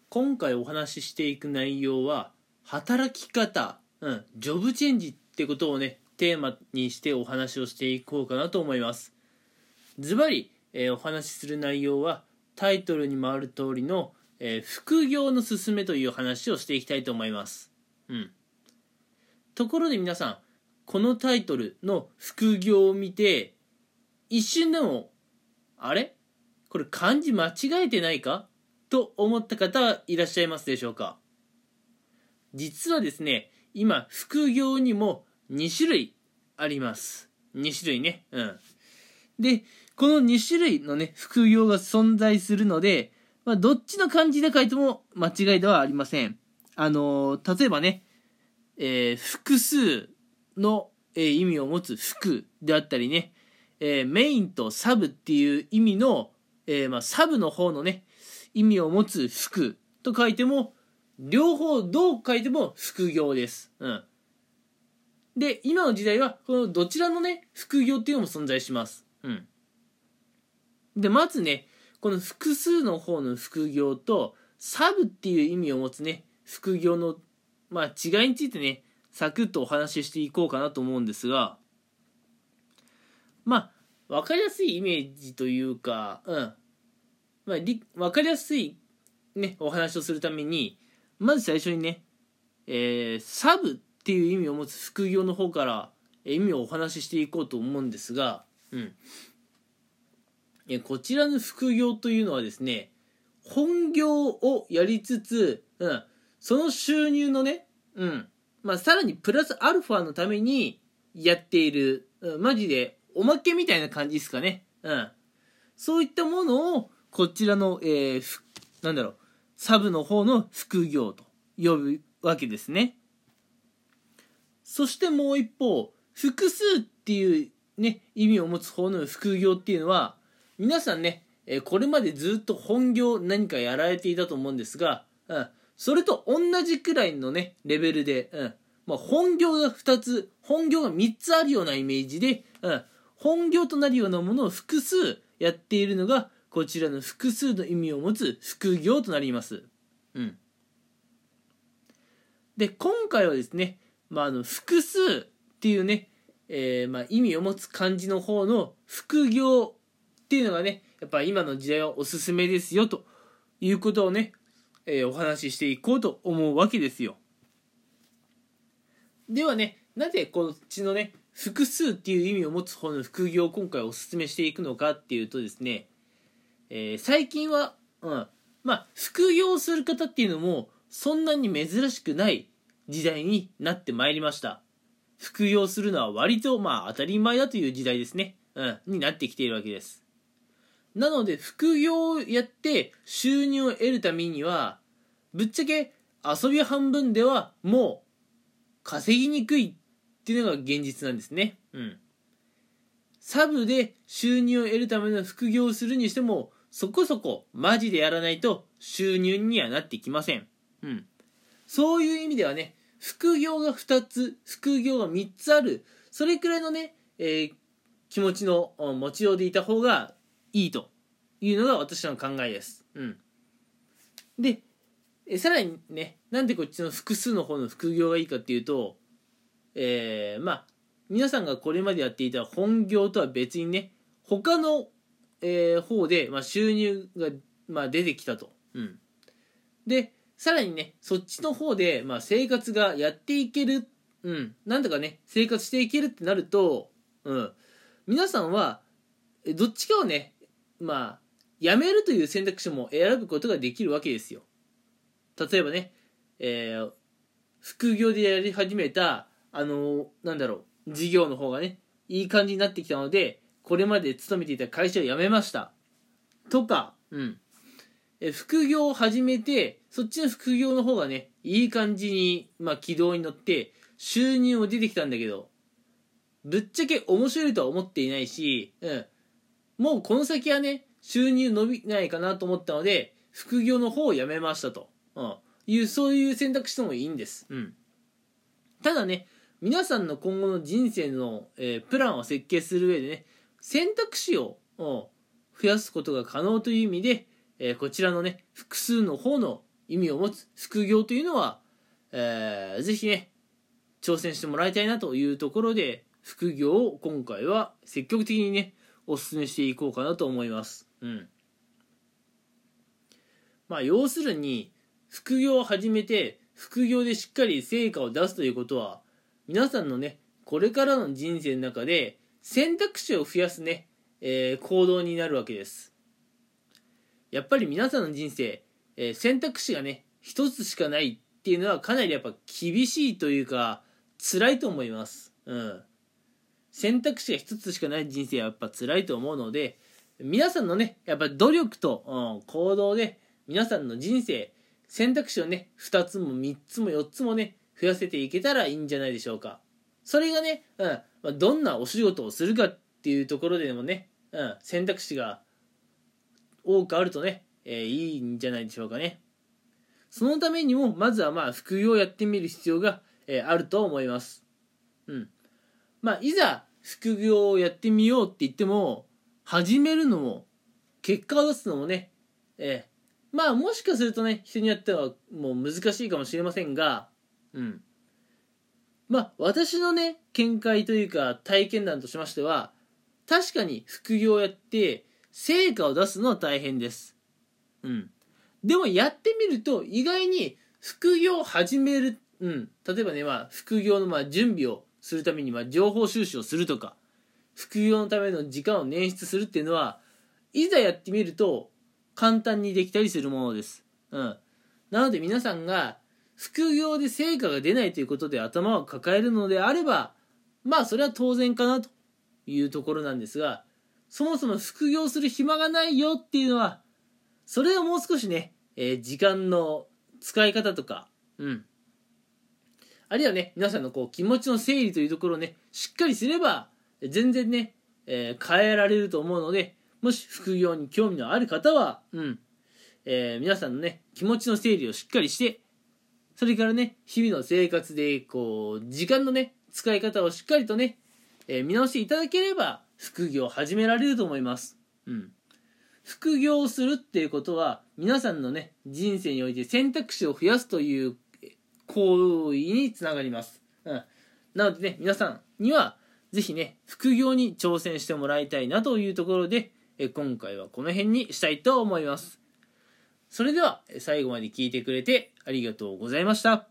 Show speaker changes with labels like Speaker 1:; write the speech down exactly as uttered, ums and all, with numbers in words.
Speaker 1: 今回お話ししていく内容は働き方、うん、ジョブチェンジってことをねテーマにしてお話をしていこうかなと思います。ズバリ、えー、お話しする内容はタイトルにもある通りの、えー、副業の勧めという話をしていきたいと思います。うん。ところで皆さん、このタイトルの副業を見て一瞬でもあれこれ漢字間違えてないかと思った方はいらっしゃいますでしょうか。実はですね、今副業にもに種類あります。に種類ね。うん。で、このに種類のね副業が存在するので、まあ、どっちの漢字で書いても間違いではありません。あのー、例えばね、えー、複数の、えー、意味を持つ副であったりね、えー、メインとサブっていう意味の、えーまあ、サブの方のね意味を持つ副と書いても両方どう書いても副業です。うん。で、今の時代はこのどちらのね副業っていうのも存在します。うん。で、まずね、この複数の方の副業とサブっていう意味を持つね副業のまあ違いについてねサクッとお話ししていこうかなと思うんですが、まあ分かりやすいイメージというか、うんまあ、分かりやすいねお話をするためにまず最初にね、えー、サブっていう意味を持つ副業の方から意味をお話ししていこうと思うんですが、うんえこちらの副業というのはですね、本業をやりつつ、うん、その収入のね、うんまあ、さらにプラスアルファのためにやっている、うん、マジでおまけみたいな感じですかね、うん、そういったものをこちらの、えー、なんだろうサブの方の副業と呼ぶわけですね。そしてもう一方、複数っていうね意味を持つ方の副業っていうのは皆さんねこれまでずっと本業何かやられていたと思うんですが、うん、それと同じくらいのねレベルで、うんまあ、本業がふたつ本業がみっつあるようなイメージで、うん、本業となるようなものを複数やっているのがこちらの複数の意味を持つ副業となります。うん、で今回はですね、まあ、あの複数っていうね、えーまあ、意味を持つ漢字の方の副業っていうのがねやっぱ今の時代はおすすめですよということをね、えー、お話ししていこうと思うわけですよ。ではね、なぜこっちのね複数っていう意味を持つ方の副業を今回おすすめしていくのかっていうとですね、えー、最近は、うん、まあ副業する方っていうのもそんなに珍しくない時代になってまいりました。副業するのは割とまあ当たり前だという時代ですね、うん、になってきているわけです。なので副業をやって収入を得るためにはぶっちゃけ遊び半分ではもう稼ぎにくいっていうのが現実なんですね。うん。サブで収入を得るための副業をするにしてもそこそこマジでやらないと収入にはなってきません。うん。そういう意味ではね、副業がふたつ、副業がみっつある、それくらいのね、えー、気持ちの持ちようでいた方がいいというのが私の考えです。うん。で、えさらにね、なんでこっちの複数の方の副業がいいかっていうと、えー、まあ皆さんがこれまでやっていた本業とは別にね、他の、えー、方で、まあ、収入が、まあ、出てきたと。うん。で、さらにね、そっちの方で、まあ、生活がやっていける、うん、なんとかね、生活していけるってなると、うん、皆さんはどっちかをね、まあやめるという選択肢も選ぶことができるわけですよ。例えばね、えー、副業でやり始めたあのなんだろう事業の方がねいい感じになってきたのでこれまで勤めていた会社を辞めましたとか、うん、え副業を始めてそっちの副業の方がねいい感じに、まあ、軌道に乗って収入も出てきたんだけどぶっちゃけ面白いとは思っていないし、うん、もうこの先はね収入伸びないかなと思ったので副業の方をやめましたと、うん、いうそういう選択肢もいいんです、うん、ただね皆さんの今後の人生の、えー、プランを設計する上でね選択肢を、うん、増やすことが可能という意味で、えー、こちらのね複数の方の意味を持つ副業というのは、えー、ぜひね挑戦してもらいたいなというところで、副業を今回は積極的にねお勧めしていこうかなと思います。うん。まあ要するに副業を始めて副業でしっかり成果を出すということは、皆さんのねこれからの人生の中で選択肢を増やすね、えー、行動になるわけです。やっぱり皆さんの人生、えー、選択肢がね一つしかないっていうのはかなりやっぱ厳しいというか辛いと思います。うん。選択肢が一つしかない人生はやっぱ辛いと思うので、皆さんのねやっぱ努力と、うん、行動で皆さんの人生選択肢をねふたつもみっつもよっつもね増やせていけたらいいんじゃないでしょうか。それがね、うんまあ、どんなお仕事をするかっていうところでもね、うん、選択肢が多くあるとね、えー、いいんじゃないでしょうかね。そのためにもまずはまあ副業をやってみる必要が、えー、あると思います。うん。まあいざ副業をやってみようって言っても始めるのも結果を出すのもね、えー、まあもしかするとね人によってはもう難しいかもしれませんが、うんまあ私のね見解というか体験談としましては、確かに副業をやって成果を出すのは大変です。うんでもやってみると意外に副業を始める、うん、例えばね、まあ、副業のまあ準備をするためにまあ情報収集をするとか、副業のための時間を捻出するっていうのはいざやってみると簡単にできたりするものです。うん、なので皆さんが副業で成果が出ないということで頭を抱えるのであれば、まあそれは当然かなというところなんですが、そもそも副業する暇がないよっていうのは、それをもう少しね、えー、時間の使い方とか、うん。あるいはね、皆さんのこう気持ちの整理というところをね、しっかりすれば、全然ね、えー、変えられると思うので、もし副業に興味のある方は、うん。えー、皆さんのね、気持ちの整理をしっかりして、それからね、日々の生活で、こう、時間のね、使い方をしっかりとね、えー、見直していただければ、副業を始められると思います。うん。副業をするっていうことは皆さんのね人生において選択肢を増やすという行為につながります、うん、なのでね皆さんにはぜひね副業に挑戦してもらいたいなというところでえ今回はこの辺にしたいと思います。それでは最後まで聞いてくれてありがとうございました。